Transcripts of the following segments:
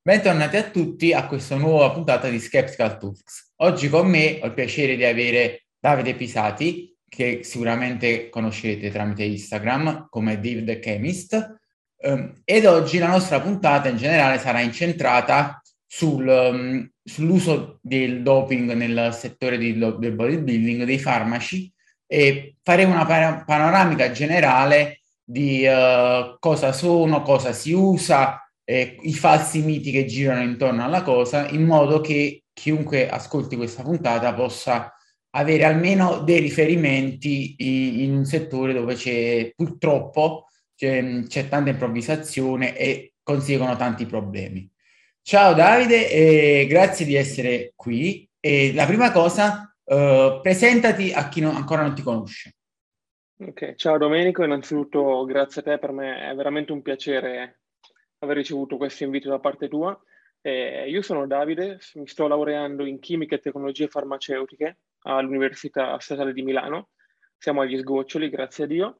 Bentornati a tutti a questa nuova puntata di Skeptical Talks. Oggi con me ho il piacere di avere Davide Pisati, che sicuramente conoscerete tramite Instagram come Dave the Chemist, ed oggi la nostra puntata in generale sarà incentrata sull'uso del doping nel settore del bodybuilding, dei farmaci, e faremo una panoramica generale di cosa sono, cosa si usa, i falsi miti che girano intorno alla cosa, in modo che chiunque ascolti questa puntata possa avere almeno dei riferimenti in un settore dove purtroppo c'è tanta improvvisazione e conseguono tanti problemi. Ciao Davide, e grazie di essere qui. E la prima cosa, presentati a chi ancora non ti conosce. Ok, ciao Domenico, innanzitutto grazie a te, per me è veramente un piacere aver ricevuto questo invito da parte tua. Io sono Davide, mi sto laureando in chimica e tecnologie farmaceutiche all'Università Statale di Milano, siamo agli sgoccioli, grazie a Dio.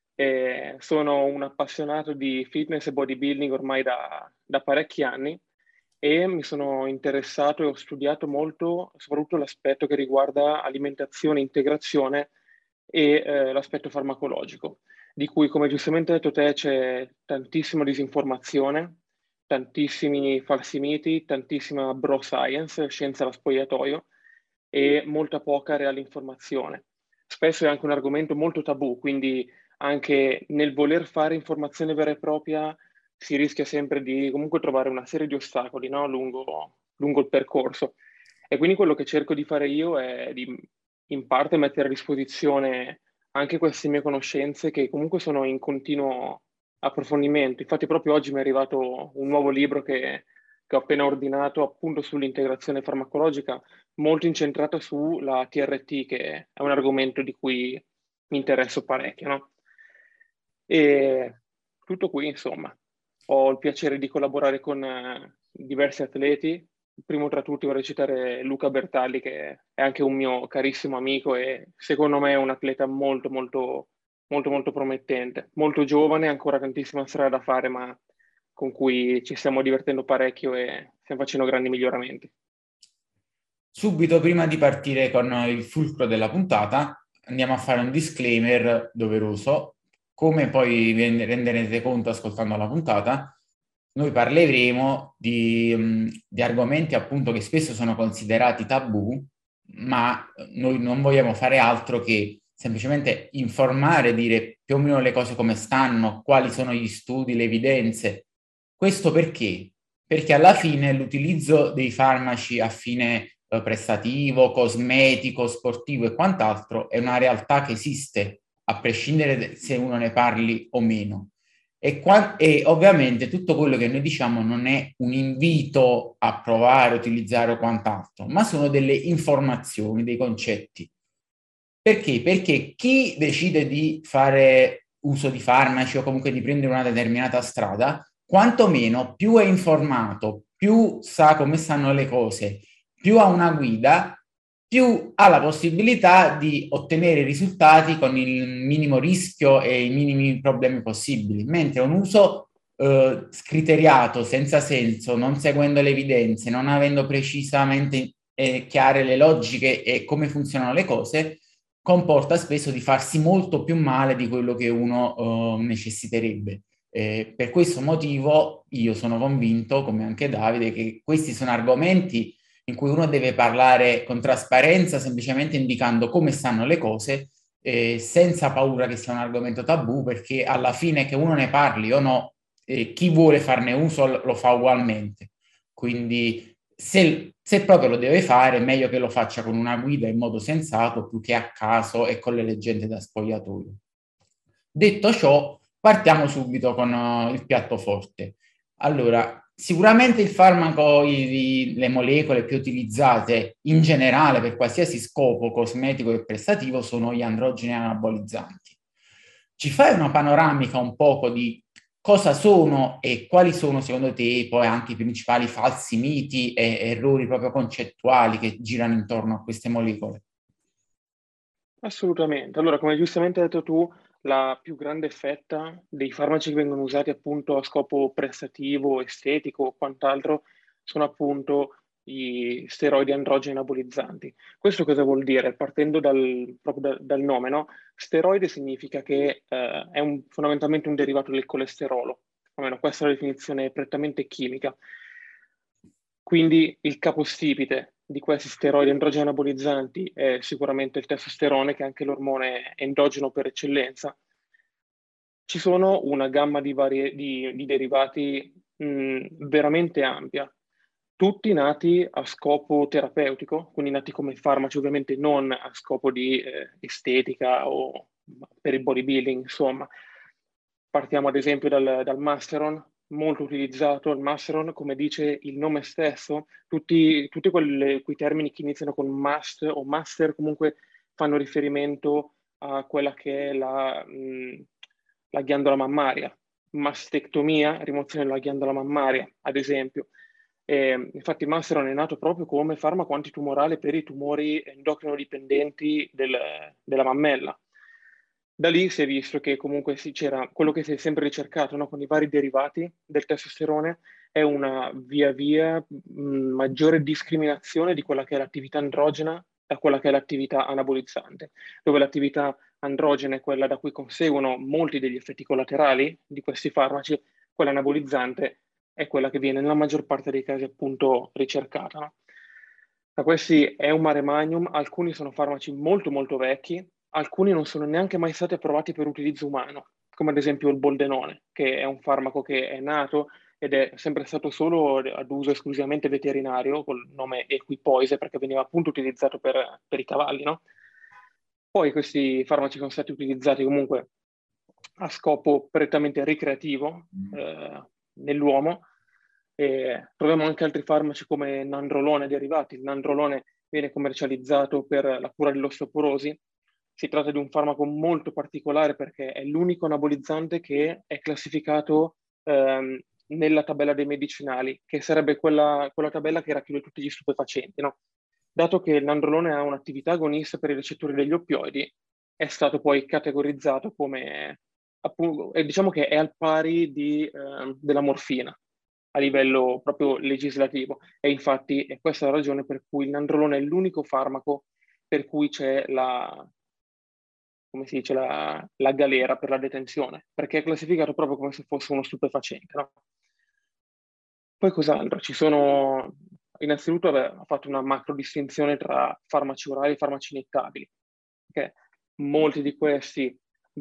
Sono un appassionato di fitness e bodybuilding ormai da parecchi anni e mi sono interessato e ho studiato molto soprattutto l'aspetto che riguarda alimentazione, integrazione e l'aspetto farmacologico, di cui, come giustamente hai detto te, c'è tantissima disinformazione, tantissimi falsi miti, tantissima bro science, scienza da spogliatoio, e molta poca reale informazione. Spesso è anche un argomento molto tabù, quindi anche nel voler fare informazione vera e propria si rischia sempre di comunque trovare una serie di ostacoli, no? lungo il percorso. E quindi quello che cerco di fare io è di in parte mettere a disposizione anche queste mie conoscenze che comunque sono in continuo approfondimento. Infatti proprio oggi mi è arrivato un nuovo libro che ho appena ordinato appunto sull'integrazione farmacologica, molto incentrato sulla TRT, che è un argomento di cui mi interesso parecchio, no? E tutto qui, insomma. Ho il piacere di collaborare con diversi atleti. Il primo tra tutti vorrei citare Luca Bertalli, che è anche un mio carissimo amico e secondo me è un atleta molto, molto, molto, molto promettente. Molto giovane, ancora tantissima strada da fare, ma con cui ci stiamo divertendo parecchio e stiamo facendo grandi miglioramenti. Subito prima di partire con il fulcro della puntata, andiamo a fare un disclaimer doveroso. Come poi renderete conto ascoltando la puntata, noi parleremo di argomenti appunto che spesso sono considerati tabù, ma noi non vogliamo fare altro che semplicemente informare, dire più o meno le cose come stanno, quali sono gli studi, le evidenze. Questo perché? Perché alla fine l'utilizzo dei farmaci a fine prestativo, cosmetico, sportivo e quant'altro è una realtà che esiste, a prescindere se uno ne parli o meno. E ovviamente tutto quello che noi diciamo non è un invito a provare, utilizzare o quant'altro, ma sono delle informazioni, dei concetti. Perché? Perché chi decide di fare uso di farmaci o comunque di prendere una determinata strada, quantomeno più è informato, più sa come stanno le cose, più ha una guida, più ha la possibilità di ottenere risultati con il minimo rischio e i minimi problemi possibili. Mentre un uso scriteriato, senza senso, non seguendo le evidenze, non avendo precisamente chiare le logiche e come funzionano le cose, comporta spesso di farsi molto più male di quello che uno necessiterebbe. Per questo motivo io sono convinto, come anche Davide, che questi sono argomenti in cui uno deve parlare con trasparenza, semplicemente indicando come stanno le cose, senza paura che sia un argomento tabù, perché alla fine che uno ne parli o no, chi vuole farne uso lo fa ugualmente. Quindi se proprio lo deve fare, è meglio che lo faccia con una guida in modo sensato, più che a caso e con le leggende da spogliatoio. Detto ciò, partiamo subito con il piatto forte. Allora, sicuramente il farmaco, le molecole più utilizzate in generale per qualsiasi scopo cosmetico e prestativo sono gli androgeni anabolizzanti. Ci fai una panoramica un poco di cosa sono e quali sono secondo te poi anche i principali falsi miti e errori proprio concettuali che girano intorno a queste molecole? Assolutamente. Allora, come giustamente hai detto tu, la più grande fetta dei farmaci che vengono usati appunto a scopo prestativo, estetico o quant'altro sono appunto i steroidi androgeni anabolizzanti. Questo cosa vuol dire? Partendo proprio dal nome, no? Steroide significa che è fondamentalmente un derivato del colesterolo, almeno questa è la definizione prettamente chimica. Quindi il capostipite di questi steroidi androgeni anabolizzanti è sicuramente il testosterone, che è anche l'ormone endogeno per eccellenza. Ci sono una gamma di derivati veramente ampia, tutti nati a scopo terapeutico, quindi nati come farmaci, ovviamente non a scopo di estetica o per il bodybuilding, insomma. Partiamo ad esempio dal Masteron, molto utilizzato. Il Masteron, come dice il nome stesso, tutti quei termini che iniziano con must o master comunque fanno riferimento a quella che è la ghiandola mammaria. Mastectomia, rimozione della ghiandola mammaria, ad esempio. Infatti il Masteron è nato proprio come farmaco antitumorale per i tumori endocrino dipendenti della mammella. Da lì si è visto che comunque c'era quello che si è sempre ricercato, no? Con i vari derivati del testosterone è una via via maggiore discriminazione di quella che è l'attività androgena da quella che è l'attività anabolizzante, dove l'attività androgena è quella da cui conseguono molti degli effetti collaterali di questi farmaci, quella anabolizzante è quella che viene nella maggior parte dei casi appunto ricercata. No? Da questi è un mare magnum, alcuni sono farmaci molto molto vecchi, alcuni non sono neanche mai stati approvati per utilizzo umano, come ad esempio il boldenone, che è un farmaco che è nato ed è sempre stato solo ad uso esclusivamente veterinario, col nome Equipoise, perché veniva appunto utilizzato per i cavalli, no? Poi questi farmaci sono stati utilizzati comunque a scopo prettamente ricreativo nell'uomo. Troviamo anche altri farmaci come nandrolone derivati. Il nandrolone viene commercializzato per la cura dell'osteoporosi. Si tratta di un farmaco molto particolare perché è l'unico anabolizzante che è classificato nella tabella dei medicinali, che sarebbe quella tabella che racchiude tutti gli stupefacenti, no? Dato che il nandrolone ha un'attività agonista per i recettori degli oppioidi, è stato poi categorizzato come, appunto, diciamo che è al pari della morfina a livello proprio legislativo. E infatti è questa la ragione per cui il nandrolone è l'unico farmaco per cui c'è come si dice, la galera per la detenzione, perché è classificato proprio come se fosse uno stupefacente, no? Poi cos'altro? Innanzitutto ha fatto una macro distinzione tra farmaci orali e farmaci iniettabili, che molti di questi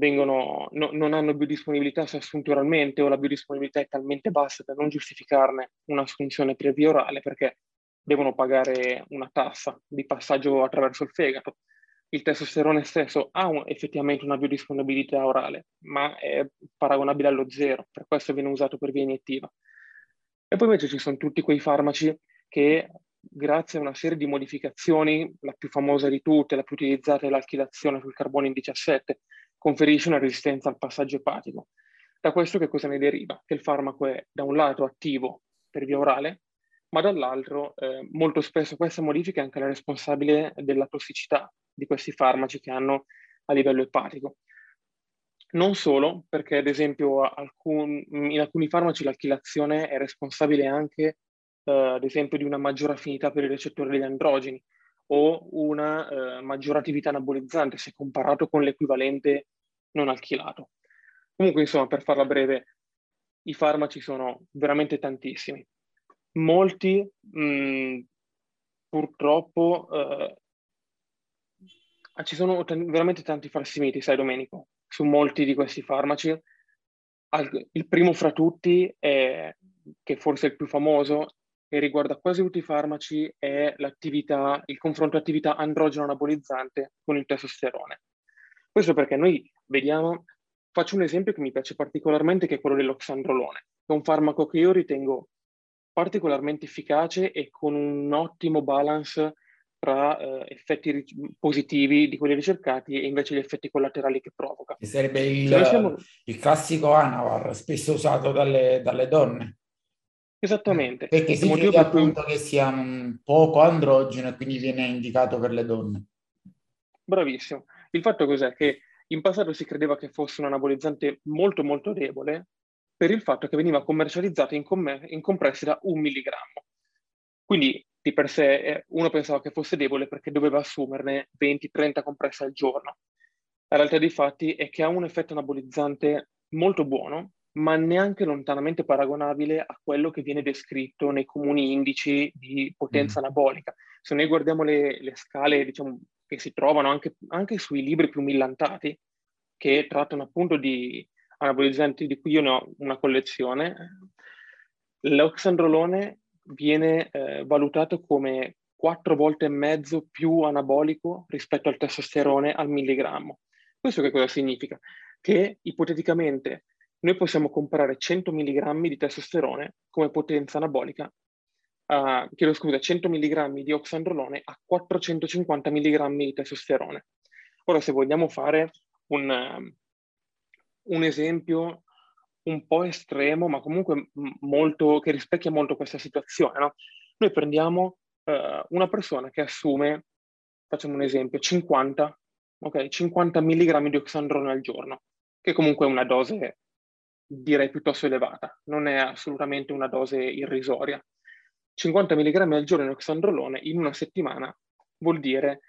non hanno biodisponibilità se assunti oralmente o la biodisponibilità è talmente bassa da non giustificarne un'assunzione per via orale perché devono pagare una tassa di passaggio attraverso il fegato. Il testosterone stesso ha effettivamente una biodisponibilità orale, ma è paragonabile allo zero, per questo viene usato per via iniettiva. E poi invece ci sono tutti quei farmaci che, grazie a una serie di modificazioni, la più famosa di tutte, la più utilizzata è l'alchilazione sul carbonio 17, conferisce una resistenza al passaggio epatico. Da questo che cosa ne deriva? Che il farmaco è da un lato attivo per via orale, ma dall'altro molto spesso questa modifica è anche la responsabile della tossicità di questi farmaci che hanno a livello epatico. Non solo, perché ad esempio in alcuni farmaci l'alchilazione è responsabile anche, ad esempio, di una maggiore affinità per i recettori degli androgeni o una maggiore attività anabolizzante se comparato con l'equivalente non alchilato. Comunque, insomma, per farla breve, i farmaci sono veramente tantissimi. Molti, purtroppo, ci sono veramente tanti falsi miti, sai Domenico, su molti di questi farmaci. Il primo fra tutti, che forse è il più famoso, e riguarda quasi tutti i farmaci, è il confronto attività androgeno anabolizzante con il testosterone. Questo perché noi vediamo, faccio un esempio che mi piace particolarmente, che è quello dell'oxandrolone, che è un farmaco che io ritengo particolarmente efficace e con un ottimo balance tra effetti positivi di quelli ricercati e invece gli effetti collaterali che provoca. Che sarebbe Se noi siamo... il classico Anavar, spesso usato dalle donne. Esattamente, Perché è il si motivo crede per cui... appunto che sia un poco androgeno e quindi viene indicato per le donne. Bravissimo. Il fatto cos'è? Che In passato si credeva che fosse un anabolizzante molto molto debole per il fatto che veniva commercializzato in compressi da 1 milligrammo. Quindi di per sé uno pensava che fosse debole perché doveva assumerne 20-30 compressi al giorno. La realtà dei fatti è che ha un effetto anabolizzante molto buono, ma neanche lontanamente paragonabile a quello che viene descritto nei comuni indici di potenza anabolica. Se noi guardiamo le scale, diciamo, che si trovano anche sui libri più millantati, che trattano appunto di anabolizzanti di cui io ne ho una collezione, l'oxandrolone viene valutato come 4 volte e mezzo più anabolico rispetto al testosterone al milligrammo. Questo che cosa significa? Che ipoteticamente noi possiamo comprare 100 milligrammi di testosterone come potenza anabolica, chiedo scusa, 100 milligrammi di oxandrolone a 450 milligrammi di testosterone. Ora, se vogliamo fare un esempio un po' estremo, ma comunque molto, che rispecchia molto questa situazione, no? Noi prendiamo una persona che assume, facciamo un esempio, 50 milligrammi di oxandrolone al giorno, che comunque è una dose, direi, piuttosto elevata, non è assolutamente una dose irrisoria. 50 milligrammi al giorno di oxandrolone in una settimana vuol dire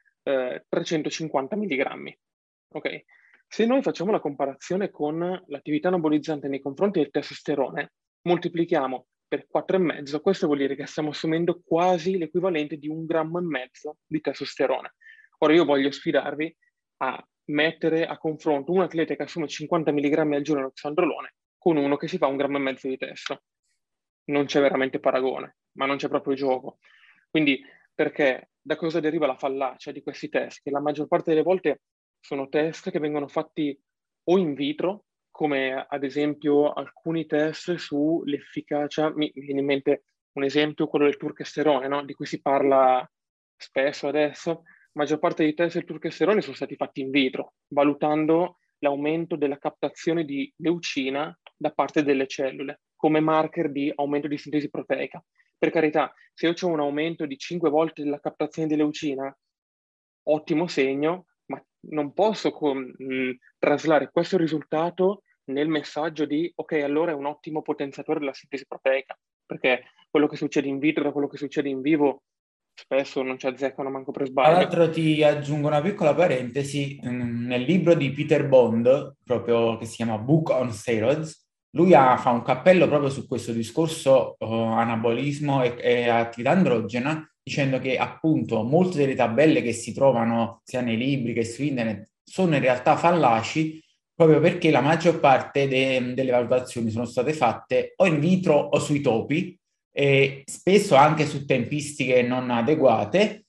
350 milligrammi. Ok? Se noi facciamo la comparazione con l'attività anabolizzante nei confronti del testosterone, moltiplichiamo per 4,5, questo vuol dire che stiamo assumendo quasi l'equivalente di 1,5 grammi di testosterone. Ora io voglio sfidarvi a mettere a confronto un atleta che assume 50 milligrammi al giorno di oxandrolone con uno che si fa 1,5 grammi di testo. Non c'è veramente paragone, ma non c'è proprio gioco. Quindi, perché da cosa deriva la fallacia di questi test? Che la maggior parte delle volte sono test che vengono fatti o in vitro, come ad esempio alcuni test sull'efficacia, mi viene in mente un esempio, quello del turchesterone, no? Di cui si parla spesso adesso. La maggior parte dei test del turchesterone sono stati fatti in vitro, valutando l'aumento della captazione di leucina da parte delle cellule, come marker di aumento di sintesi proteica. Per carità, se io ho un aumento di 5 volte della captazione di leucina, ottimo segno, ma non posso traslare questo risultato nel messaggio di ok, allora è un ottimo potenziatore della sintesi proteica, perché quello che succede in vitro da quello che succede in vivo spesso non ci azzeccano manco per Tra sbaglio. l'altro ti aggiungo una piccola parentesi, nel libro di Peter Bond, proprio che si chiama Book on Steroids, lui fa un cappello proprio su questo discorso anabolismo e attività androgena, dicendo che appunto molte delle tabelle che si trovano sia nei libri che su internet sono in realtà fallaci, proprio perché la maggior parte delle valutazioni sono state fatte o in vitro o sui topi, e spesso anche su tempistiche non adeguate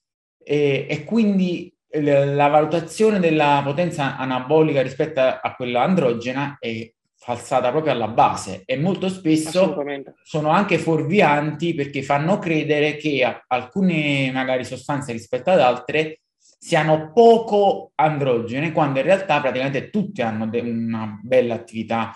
e quindi la valutazione della potenza anabolica rispetto a quella androgena è falsata proprio alla base e molto spesso Assolutamente. sono anche fuorvianti perché fanno credere che alcune magari sostanze rispetto ad altre siano poco androgene, quando in realtà praticamente tutte hanno una bella attività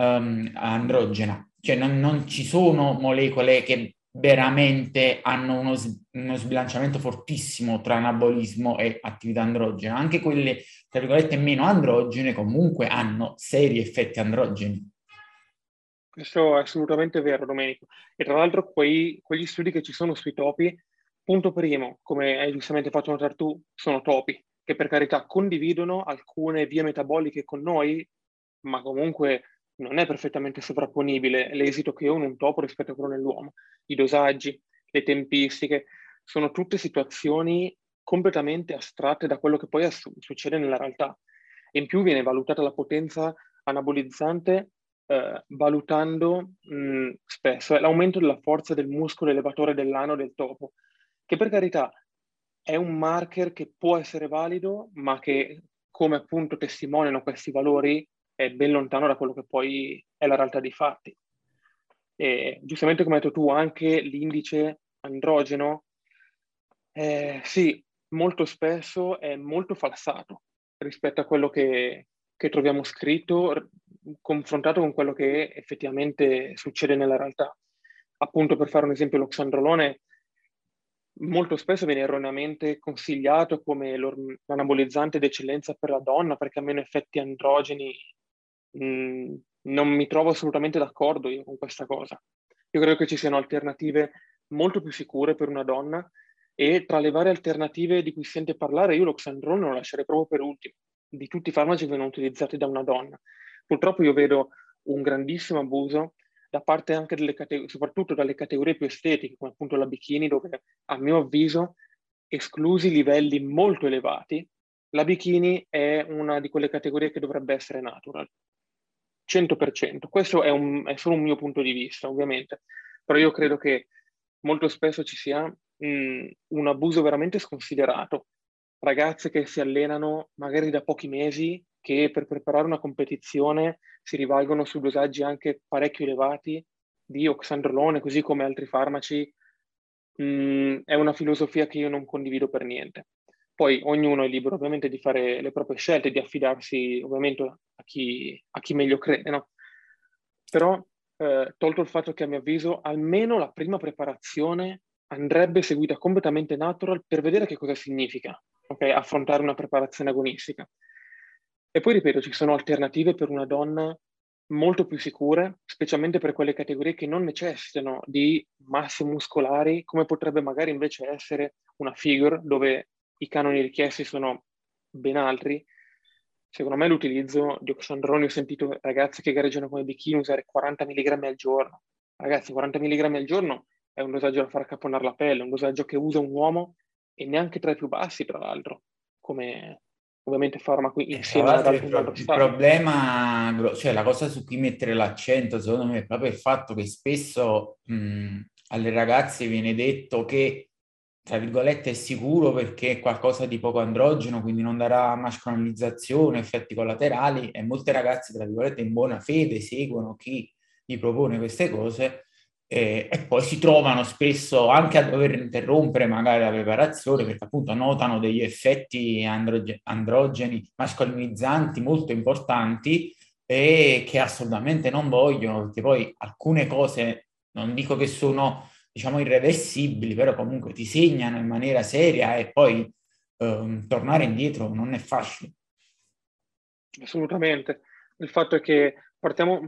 androgena, cioè non ci sono molecole che veramente hanno uno sbilanciamento fortissimo tra anabolismo e attività androgena. Anche quelle, tra virgolette, meno androgene comunque hanno seri effetti androgeni. Questo è assolutamente vero, Domenico. E tra l'altro quegli studi che ci sono sui topi, punto primo, come hai giustamente fatto notare tu, sono topi, che per carità condividono alcune vie metaboliche con noi, ma comunque non è perfettamente sovrapponibile l'esito che ho in un topo rispetto a quello nell'uomo. I dosaggi, le tempistiche, sono tutte situazioni completamente astratte da quello che poi succede nella realtà. E in più viene valutata la potenza anabolizzante valutando spesso l'aumento della forza del muscolo elevatore dell'ano del topo, che per carità è un marker che può essere valido, ma che, come appunto testimoniano questi valori, è ben lontano da quello che poi è la realtà dei fatti. E giustamente come hai detto tu, anche l'indice androgeno, sì, molto spesso è molto falsato rispetto a quello che troviamo scritto, confrontato con quello che effettivamente succede nella realtà. Appunto, per fare un esempio, l'oxandrolone molto spesso viene erroneamente consigliato come l'anabolizzante d'eccellenza per la donna perché ha meno effetti androgeni. Mm, non mi trovo assolutamente d'accordo io con questa cosa. Io credo che ci siano alternative molto più sicure per una donna e tra le varie alternative di cui si sente parlare io l'oxandrolone lo lascerei proprio per ultimo, di tutti i farmaci che vengono utilizzati da una donna. Purtroppo io vedo un grandissimo abuso da parte anche soprattutto dalle categorie più estetiche, come appunto la bikini, dove a mio avviso, esclusi livelli molto elevati, la bikini è una di quelle categorie che dovrebbe essere natural. 100%. Questo è solo un mio punto di vista, ovviamente, però io credo che molto spesso ci sia un abuso veramente sconsiderato. Ragazze che si allenano magari da pochi mesi, che per preparare una competizione si rivalgono su dosaggi anche parecchio elevati di oxandrolone, così come altri farmaci. È una filosofia che io non condivido per niente. Poi ognuno è libero ovviamente di fare le proprie scelte, di affidarsi ovviamente a chi meglio crede, no? Però, tolto il fatto che a mio avviso almeno la prima preparazione andrebbe seguita completamente natural per vedere che cosa significa, ok? Affrontare una preparazione agonistica. E poi ripeto, ci sono alternative per una donna molto più sicure, specialmente per quelle categorie che non necessitano di masse muscolari, come potrebbe magari invece essere una figure, dove i canoni richiesti sono ben altri. Secondo me l'utilizzo di oxandrolone, ho sentito ragazzi che gareggiano come bikini usare 40 mg al giorno. Ragazzi, 40 mg al giorno è un dosaggio da far accapponare la pelle, un dosaggio che usa un uomo e neanche tra i più bassi, tra l'altro, come ovviamente farmaco Tra insieme ad l'altro altri il androstati. problema, cioè la cosa su cui mettere l'accento, secondo me, è proprio il fatto che spesso alle ragazze viene detto che, tra virgolette, è sicuro perché è qualcosa di poco androgeno, quindi non darà mascolinizzazione, effetti collaterali, e molte ragazze, tra virgolette, in buona fede seguono chi gli propone queste cose e poi si trovano spesso anche a dover interrompere magari la preparazione perché appunto notano degli effetti androgeni mascolinizzanti molto importanti e che assolutamente non vogliono, perché poi alcune cose non dico che sono, diciamo, irreversibili, però comunque ti segnano in maniera seria e poi tornare indietro non è facile. Assolutamente. Il fatto è che partiamo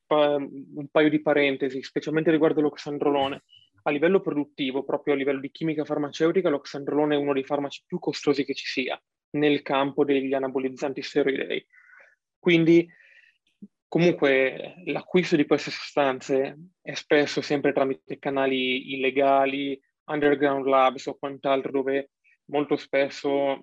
un paio di parentesi, specialmente riguardo l'oxandrolone. A livello produttivo, proprio a livello di chimica farmaceutica, l'oxandrolone è uno dei farmaci più costosi che ci sia nel campo degli anabolizzanti steroidei. Quindi, comunque, l'acquisto di queste sostanze è spesso sempre tramite canali illegali, underground labs o quant'altro, dove molto spesso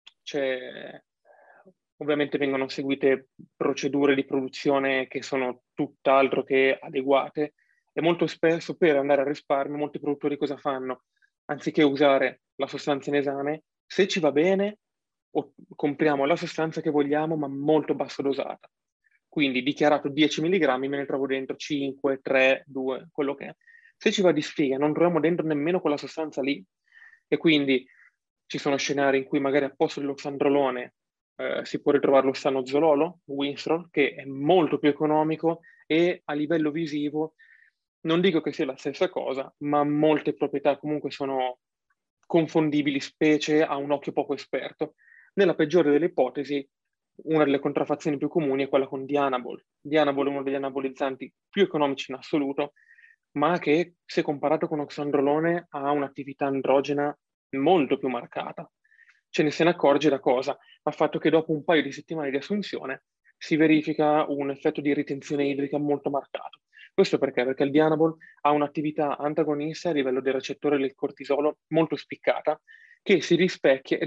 c'è, ovviamente vengono seguite procedure di produzione che sono tutt'altro che adeguate e molto spesso per andare a risparmio molti produttori cosa fanno? Anziché usare la sostanza in esame, se ci va bene, compriamo la sostanza che vogliamo ma molto basso dosata. Quindi dichiarato 10 mg, me ne trovo dentro 5, 3, 2, quello che è. Se ci va di sfiga, non troviamo dentro nemmeno quella sostanza lì. E quindi ci sono scenari in cui magari al posto dell'oxandrolone si può ritrovare lo stanozololo, Winstrol, che è molto più economico e a livello visivo non dico che sia la stessa cosa, ma molte proprietà comunque sono confondibili, specie a un occhio poco esperto. Nella peggiore delle ipotesi, una delle contraffazioni più comuni è quella con Dianabol. Dianabol è uno degli anabolizzanti più economici in assoluto, ma che, se comparato con oxandrolone, ha un'attività androgena molto più marcata. Se ne accorge da cosa? Dal fatto che dopo un paio di settimane di assunzione si verifica un effetto di ritenzione idrica molto marcato. Questo perché? Perché il Dianabol ha un'attività antagonista a livello del recettore del cortisolo molto spiccata che si rispecchia,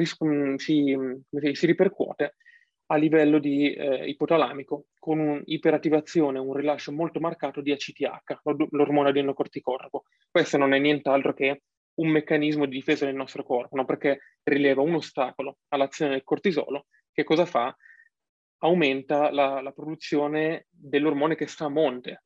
si ripercuote a livello di ipotalamico con un'iperattivazione, un rilascio molto marcato di ACTH, l'ormone adenocorticotropo. Questo non è nient'altro che un meccanismo di difesa del nostro corpo, no? Perché rileva un ostacolo all'azione del cortisolo, che cosa fa? Aumenta la produzione dell'ormone che sta a monte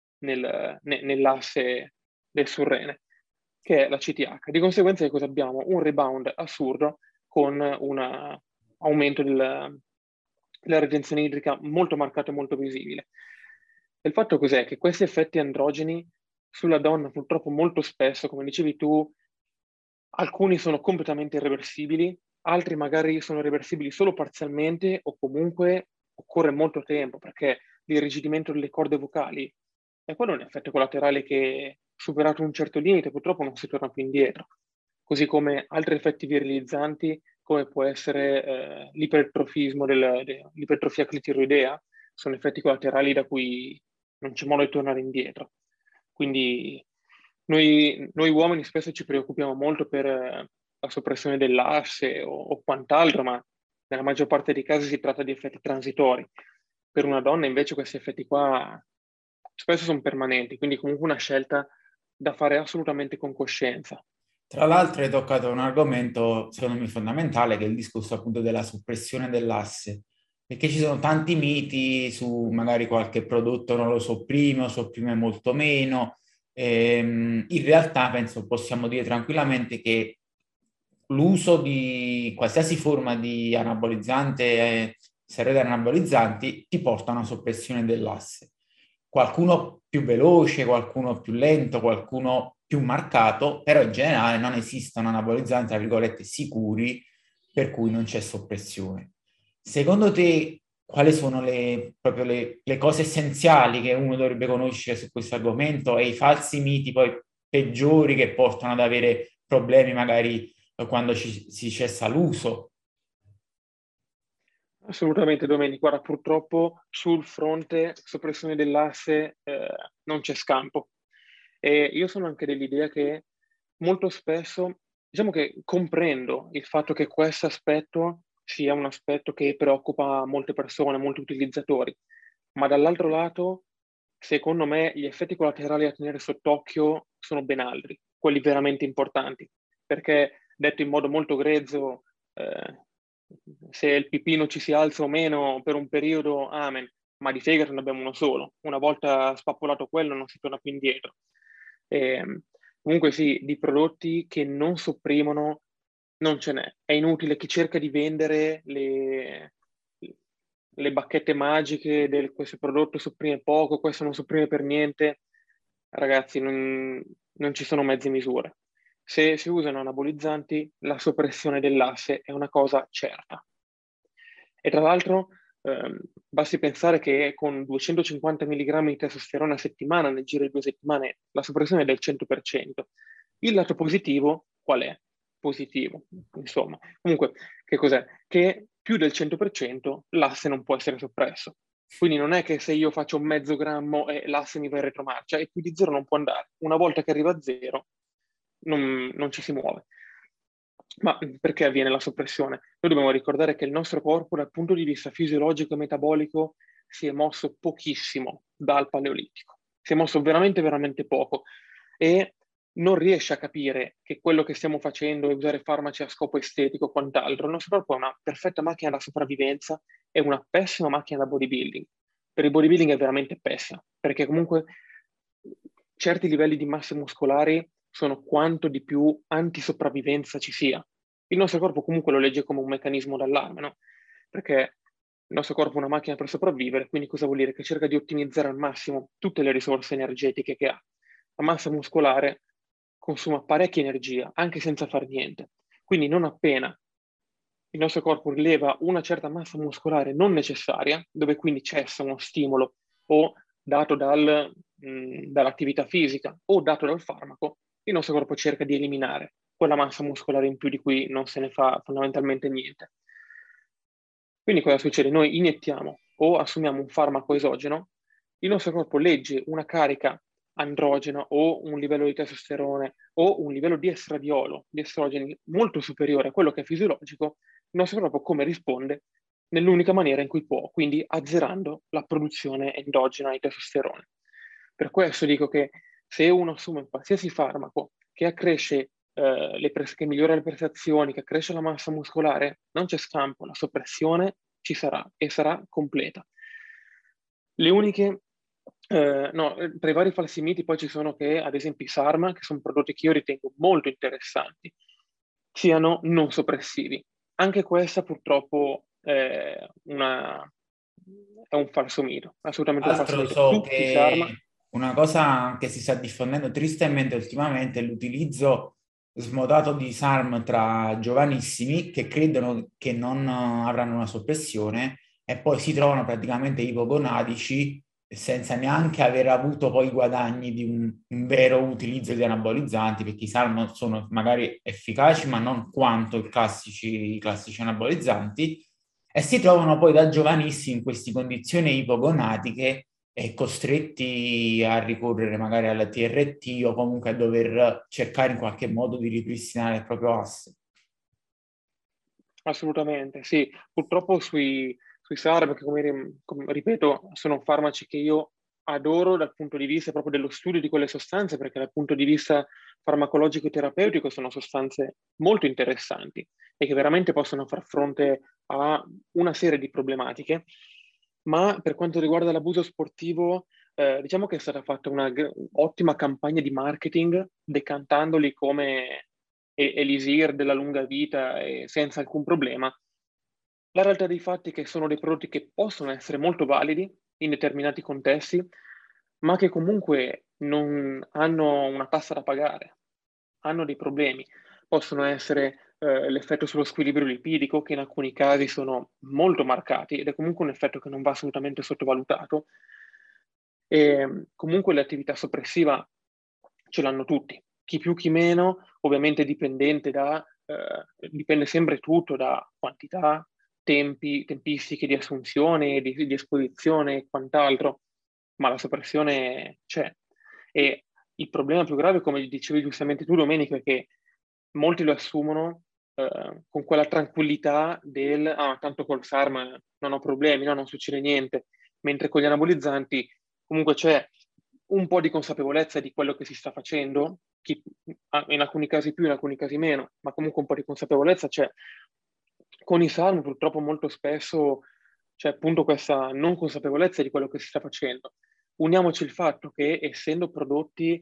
nell'asse del surrene, che è la CTH. Di conseguenza che cosa abbiamo? Un rebound assurdo con un aumento della retenzione idrica molto marcato e molto visibile. Il fatto cos'è? Che questi effetti androgeni sulla donna purtroppo molto spesso, come dicevi tu, Alcuni sono completamente irreversibili, altri magari sono reversibili solo parzialmente o comunque occorre molto tempo perché l'irrigidimento delle corde vocali è quello un effetto collaterale che, superato un certo limite, purtroppo non si torna più indietro. Così come altri effetti virilizzanti, come può essere l'ipertrofismo l'ipertrofia clitiroidea, sono effetti collaterali da cui non c'è modo di tornare indietro. Quindi noi uomini spesso ci preoccupiamo molto per la soppressione dell'asse o quant'altro, ma nella maggior parte dei casi si tratta di effetti transitori. Per una donna invece questi effetti qua spesso sono permanenti, quindi comunque una scelta da fare assolutamente con coscienza. Tra l'altro hai toccato un argomento, secondo me, fondamentale, che è il discorso appunto della soppressione dell'asse, perché ci sono tanti miti su magari qualche prodotto non lo sopprime o sopprime molto meno. In realtà penso possiamo dire tranquillamente che l'uso di qualsiasi forma di anabolizzante, steroidi anabolizzanti, ti porta a una soppressione dell'asse. Qualcuno più veloce, qualcuno più lento, qualcuno più marcato, però in generale non esistono anabolizzanti, tra virgolette, sicuri per cui non c'è soppressione. Secondo te, quali sono proprio le cose essenziali che uno dovrebbe conoscere su questo argomento e i falsi miti poi peggiori che portano ad avere problemi magari quando si cessa l'uso? Assolutamente, Domenico. Guarda, purtroppo sul fronte soppressione dell'asse non c'è scampo. E io sono anche dell'idea che molto spesso, diciamo che comprendo il fatto che questo aspetto sia un aspetto che preoccupa molte persone, molti utilizzatori, ma dall'altro lato, secondo me, gli effetti collaterali da tenere sott'occhio sono ben altri, quelli veramente importanti, perché detto in modo molto grezzo, se il pipino ci si alza o meno per un periodo, amen, ma di fegato ne abbiamo uno solo. Una volta spappolato quello non si torna più indietro. E, comunque sì, di prodotti che non sopprimono non ce n'è. È inutile chi cerca di vendere le bacchette magiche del questo prodotto sopprime poco, questo non sopprime per niente. Ragazzi, non ci sono mezze misure. Se si usano anabolizzanti, la soppressione dell'asse è una cosa certa. E tra l'altro, basti pensare che con 250 mg di testosterone a settimana, nel giro di 2 settimane, la soppressione è del 100%. Il lato positivo qual è? Positivo, insomma. Comunque, che cos'è? Che più del 100% l'asse non può essere soppresso. Quindi non è che se io faccio un mezzo grammo e l'asse mi va in retromarcia, e più di zero non può andare. Una volta che arriva a zero, non ci si muove. Ma perché avviene la soppressione? Noi dobbiamo ricordare che il nostro corpo, dal punto di vista fisiologico e metabolico, si è mosso pochissimo dal Paleolitico. Si è mosso veramente, veramente poco e non riesce a capire che quello che stiamo facendo è usare farmaci a scopo estetico o quant'altro. Il nostro corpo è una perfetta macchina da sopravvivenza e una pessima macchina da bodybuilding. Per il bodybuilding è veramente pessima, perché comunque certi livelli di masse muscolari sono quanto di più antisopravvivenza ci sia. Il nostro corpo comunque lo legge come un meccanismo d'allarme, no? Perché il nostro corpo è una macchina per sopravvivere, quindi cosa vuol dire? Che cerca di ottimizzare al massimo tutte le risorse energetiche che ha. La massa muscolare consuma parecchia energia, anche senza far niente. Quindi non appena il nostro corpo rileva una certa massa muscolare non necessaria, dove quindi cessa uno stimolo o dato dall'attività fisica o dato dal farmaco, il nostro corpo cerca di eliminare quella massa muscolare in più di cui non se ne fa fondamentalmente niente. Quindi cosa succede? Noi iniettiamo o assumiamo un farmaco esogeno, il nostro corpo legge una carica androgena o un livello di testosterone o un livello di estradiolo, di estrogeni molto superiore a quello che è fisiologico, il nostro corpo come risponde? Nell'unica maniera in cui può, quindi azzerando la produzione endogena di testosterone. Per questo dico che se uno assume un qualsiasi farmaco che accresce che migliora le prestazioni, che accresce la massa muscolare, non c'è scampo, la soppressione ci sarà e sarà completa. Le uniche, no, tra i vari falsi miti poi ci sono che, ad esempio, i SARM, che sono prodotti che io ritengo molto interessanti, siano non soppressivi. Anche questa purtroppo è un falso mito, assolutamente un Tra falso l'altro mito. so Tutti i SARM, che una cosa che si sta diffondendo tristemente ultimamente è l'utilizzo smodato disarm tra giovanissimi che credono che non avranno una soppressione e poi si trovano praticamente ipogonadici senza neanche aver avuto poi i guadagni di un vero utilizzo di anabolizzanti, perché i SARM sono magari efficaci, ma non quanto i classici anabolizzanti, e si trovano poi da giovanissimi in queste condizioni ipogonatiche e costretti a ricorrere magari alla TRT o comunque a dover cercare in qualche modo di ripristinare il proprio asse. Assolutamente, sì. Purtroppo sui SARM, che come ripeto, sono farmaci che io adoro dal punto di vista proprio dello studio di quelle sostanze, perché dal punto di vista farmacologico e terapeutico sono sostanze molto interessanti e che veramente possono far fronte a una serie di problematiche. Ma per quanto riguarda l'abuso sportivo, diciamo che è stata fatta una ottima campagna di marketing decantandoli come elisir della lunga vita e senza alcun problema. La realtà dei fatti è che sono dei prodotti che possono essere molto validi in determinati contesti, ma che comunque non hanno una tassa da pagare, hanno dei problemi. Possono essere l'effetto sullo squilibrio lipidico, che in alcuni casi sono molto marcati ed è comunque un effetto che non va assolutamente sottovalutato. E comunque l'attività soppressiva ce l'hanno tutti, chi più chi meno, ovviamente dipende sempre tutto da quantità, tempistiche di assunzione, di esposizione e quant'altro, ma la soppressione c'è. E il problema più grave, come dicevi giustamente tu, Domenico, è che molti lo assumono con quella tranquillità del tanto col SARM non ho problemi, no, non succede niente, mentre con gli anabolizzanti comunque c'è un po' di consapevolezza di quello che si sta facendo, in alcuni casi più, in alcuni casi meno, ma comunque un po' di consapevolezza c'è. Con i SARM purtroppo molto spesso c'è appunto questa non consapevolezza di quello che si sta facendo. Uniamoci il fatto che essendo prodotti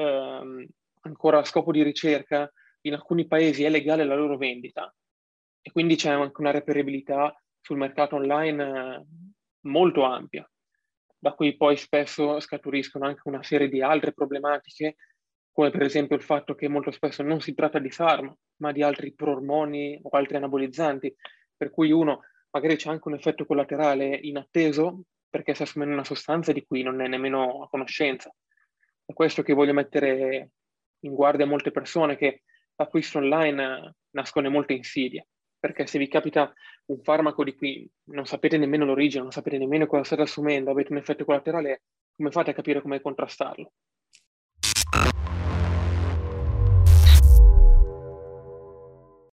ancora a scopo di ricerca, in alcuni paesi è legale la loro vendita e quindi c'è anche una reperibilità sul mercato online molto ampia, da cui poi spesso scaturiscono anche una serie di altre problematiche, come per esempio il fatto che molto spesso non si tratta di SARM, ma di altri proormoni o altri anabolizzanti, per cui uno magari c'è anche un effetto collaterale inatteso perché sta assumendo una sostanza di cui non è nemmeno a conoscenza. È questo che voglio mettere in guardia a molte persone, che l'acquisto online nasconde molte insidie, perché se vi capita un farmaco di cui non sapete nemmeno l'origine, non sapete nemmeno cosa state assumendo, avete un effetto collaterale, come fate a capire come contrastarlo?